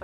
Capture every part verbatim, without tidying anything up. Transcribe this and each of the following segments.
はい、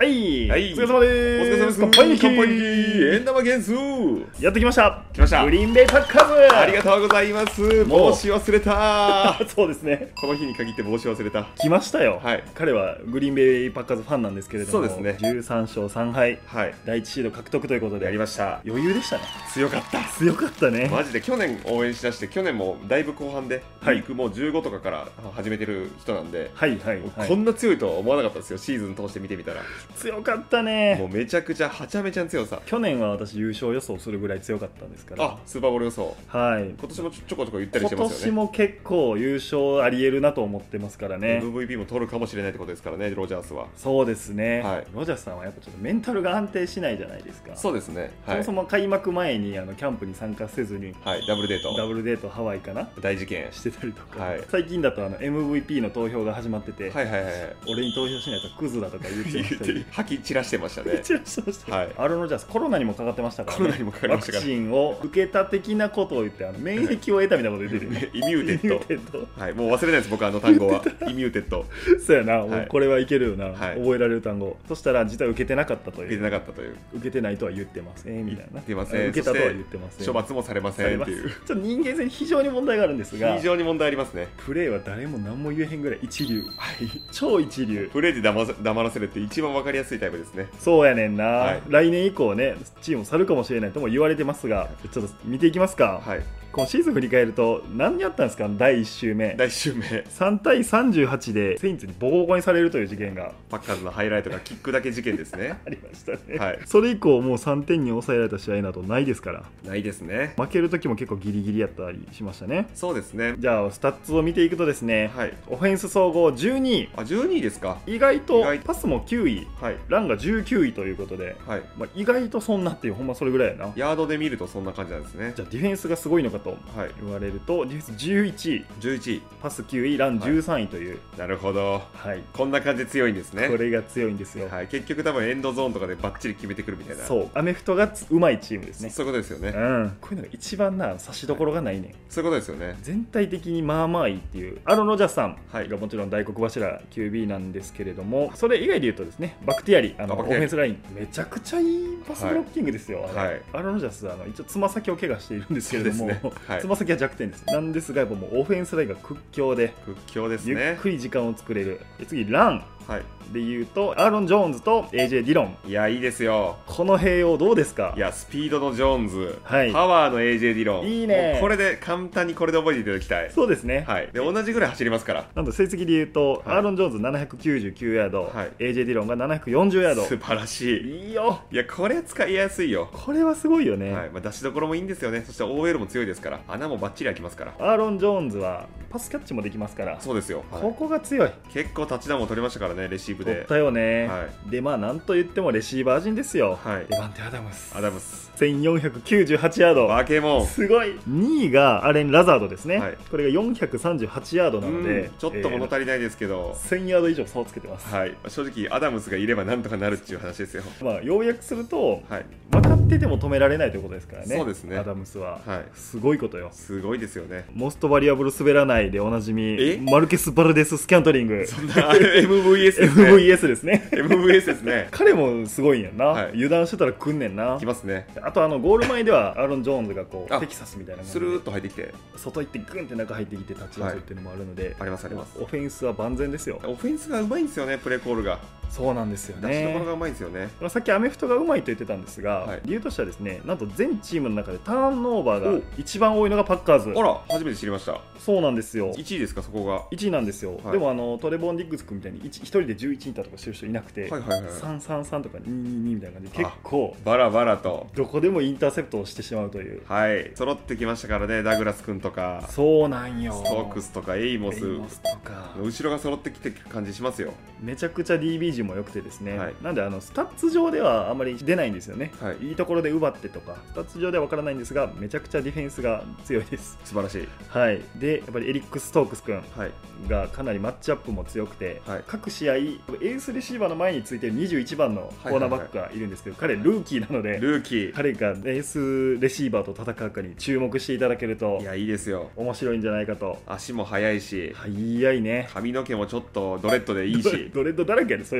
はい、 お疲れ様でーす。 お疲れ様です。 乾杯に乾杯に円玉ゲンスやってきました。 来ました。 グリーンベイパッカーズ。 ありがとうございます。帽子忘れたそうですね。 この日に限って帽子忘れた。 来ましたよ。 はい。 彼はグリーンベイパッカーズファンなんですけれども、 そうですね。 じゅうさんしょうさんはい、はい、だいいちシード獲得ということでやりました。 余裕でしたね。 強かった。 強かったね。 マジで去年応援しだして、去年もだいぶ後半で、はい、ウィークもうじゅうごとかから始めてる人なんで、 はいはい、はい、 こんな強いとは思わなかったですよ。シーズン通して見てみたら強かったね。 もうめちゃくちゃはちゃめちゃ強さ。 去年は私優勝予想するぐらい強かったんですから。 あ、スーパーボール予想。 はい。 今年もちょこちょこ言ったりしてますよね。 今年も結構優勝ありえるなと思ってますからね。 エムブイピー も取るかもしれないってことですからね、ロジャースは。 そうですね、はい、ロジャースさんはやっぱちょっとメンタルが安定しないじゃないですか。 そうですね、 はい、そもそも開幕前にあのキャンプに参加せずに、 はい、ダブルデートダブルデートハワイかな大事件してたりとか、 はい、 最近だとあの エムブイピー の投票が始まってて、 はいはいはい、 俺に投票しないとクズだとか言ってましたり吐き散らしてましたね。 散らしてました、はい、アロン・ロジャースコロナにもかかってましたから、ね、 コロナにもかかりましたから、 ワクチンを受けた的なことを言ってあの免疫を得たみたいなこと言ってる、ね、 イミューテッドはい、もう忘れないです僕あの単語はイミューテッドそうやな、はい、もうこれはいけるよな、はい、覚えられる単語。そしたら実は受けてなかったという、 受けてなかったという、 受けてないとは言ってませんみたいな、 言ってません、 受けたとは言ってません、 処罰もされませんっていう、 ちょっと人間性に非常に問題があるんですが、 非常に問題ありますね。 プレーは誰も何も言えへんぐらい一流、はい、超一流。 プレーで黙黙らせるって一番分かりやすいタイプですね。 そうやねんな、はい、来年以降ねチームを去るかもしれないとも言われてますが、ちょっと見ていきますか。はい、今シーズン振り返ると何やったんですか。だいいっ週目だいいっ週目さんたいさんじゅうはちでセインツにボコボコにされるという事件が、 パッカーズのハイライトがキックだけ事件ですねありましたね、はい、それ以降もうさんてんに抑えられた試合などないですから。 ないですね。 負ける時も結構ギリギリやったりしましたね。 そうですね。 じゃあスタッツを見ていくとですね、はい、オフェンス総合じゅうにい、 あじゅうにいですか。 意外とパスもきゅうい、はい、ランがじゅうきゅういということで、はい、まあ、意外とそんなっていう、ほんまそれぐらいやな。 ヤードで見るとそんな感じなんですね。 じゃあディフェンスがすごいのかと言われると、はい、ディフェンスじゅういちい、 じゅういちい、 パスきゅうい、ランじゅうさんいという、はい、 なるほど、はい、こんな感じで強いんですね。 これが強いんですよ、 はい、結局多分エンドゾーンとかでバッチリ決めてくるみたいな。 そう、アメフトがうまいチームですね。 そういうことですよね、 うん、こういうのが一番な差しどころがないねん、はい、 そういうことですよね。 全体的にまあまあいいっていう。アロン・ロジャースさんがもちろん大黒柱 キュービー なんですけれども、それ以外で言うとですね、バクティアリ、あのオフェンスラインめちゃくちゃいいパスブロッキングですよ、はいはい、アロン・ロジャースはあの一応つま先を怪我しているんですけれども、ね、はい、つま先は弱点ですなんですが、やっぱもうオフェンスラインが屈強で屈強ですね。 ゆっくり時間を作れる。次ラン、はい、でいうとアーロン・ジョーンズと エージェー・ディロン。 いやいいですよ、 この併用どうですか。 いやスピードのジョーンズ、はい、パワーの エージェー・ディロン、いいね。 これで簡単にこれで覚えていただきたい。 そうですね、 はい、で同じぐらい走りますから。 なんと成績でいうと、はい、アーロン・ジョーンズななひゃくきゅうじゅうきゅうヤード、はい、エージェー・ディロンがななひゃくよんじゅうヤード。 素晴らしい。 いいよ。 いやこれ使いやすいよ。 これはすごいよね、はい、 まあ、出しどころもいいんですよね。そして オーエル も強いですから、穴もバッチリ開きますから。 アーロン・ジョーンズはパスキャッチもできますから。 そうですよ、はい、 ここが強い。 結構タッチダウンも取りましたからね、レシーブで。 取ったよね、はい、でまあなんと言ってもレシーバー陣ですよ、はい、デバンテ・アダムス。 アダムスせんよんひゃくきゅうじゅうはちヤード、 バケモンすごい。にいがアレン・ラザードですね、はい、これがよんひゃくさんじゅうはちヤードなので、 ちょっと物足りないですけど、 えー、せんヤード以上差をつけてます、 はい、正直アダムスがいればなんとかなるっていう話ですよ。 まあ要約すると、はい、分かってても止められないということですからね。 そうですね、 アダムスは、はい、すごいことよ。 すごいですよね。 モストバリアブル滑らないでおなじみマルケス・バルデス・スキャントリング。 そんな エムブイエス ですね。 エムブイエス ですねエムブイエス ですね。 彼もすごいんやんな、はい、油断してたら来んねんな。 来ますね。 あとあのゴール前ではアーロン・ジョーンズがこうテキサスみたいなスルーッと入ってきて外行ってグンって中入ってきてタッチダウンするっていうのもあるので、はい、 ありますあります。 オフェンスは万全ですよ。 オフェンスがうまいんですよね、プレーコールが。 そうなんですよね。 出しどころがうまいんですよね。 さっきアメフトがうまいと言ってたんですが、はい、理由としてはですね、なんと全チームの中でターンオーバーが一番多いのがパッカーズ。 あら、初めて知りました。 そうなんですよ。 いちいですか、そこが。 いちいなんですよ、はい、でもあのトレボン・ディッグス君みたいにひとりでじゅういちインターとかしてる人いなくて、はいはいはい、さんさんさんとかにににみたいな感じで結構バラバラとどこでもインターセプトをしてしまうという。 はい、揃ってきましたからね。ダグラス君とか、 そうなんよ、 ストークスとかエイモス、 エイモスとか後ろが揃ってきてる感じしますよ。 めちゃくちゃ ディービー 陣も良くてですね、はい、なんであのスタッツ上ではあまり出ないんですよね、はい、いいところで奪ってとかスタッツ上では分からないんですが、めちゃくちゃディフェンスが強いです。 素晴らしい、 はい、でやっぱりエリック・ストークス君がかなりマッチアップも強くて、はい、各試合エースレシーバーの前についているにじゅういちばんのコーナーバックがいるんですけど、彼ルーキーなので、 ルーキー彼がエースレシーバーと戦うかに注目していただけると、 いやいいですよ、 面白いんじゃないかと。 足も速いし、 速いね、 髪の毛もちょっとドレッドでいいしドレッドだらけやで、それで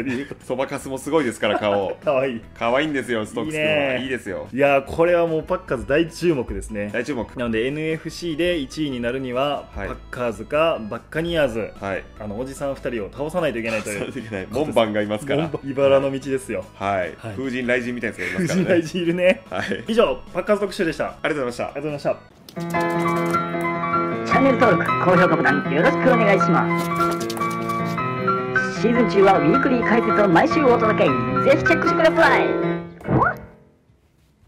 そばかすもすごいですから顔かわいいかわいいんですよストックス君はいいですよ。 いやーこれはもうパッカーズ大注目ですね。 大注目なので エヌエフシー でいちいになるには、はい、パッカーズかバッカニアーズ、はい、あのおじさんふたりを倒さないといけないという門番がいますから茨の道ですよ。 はい、はい、風神雷神みたいなやつがいますからね。 風神雷神いるね。 はい、 以上パッカーズ特集でした。ありがとうございました。 ありがとうございました。 チャンネル登録高評価ボタンよろしくお願いします。シーズン中はウィークリー解説を毎週お届け、ぜひチェックしてください。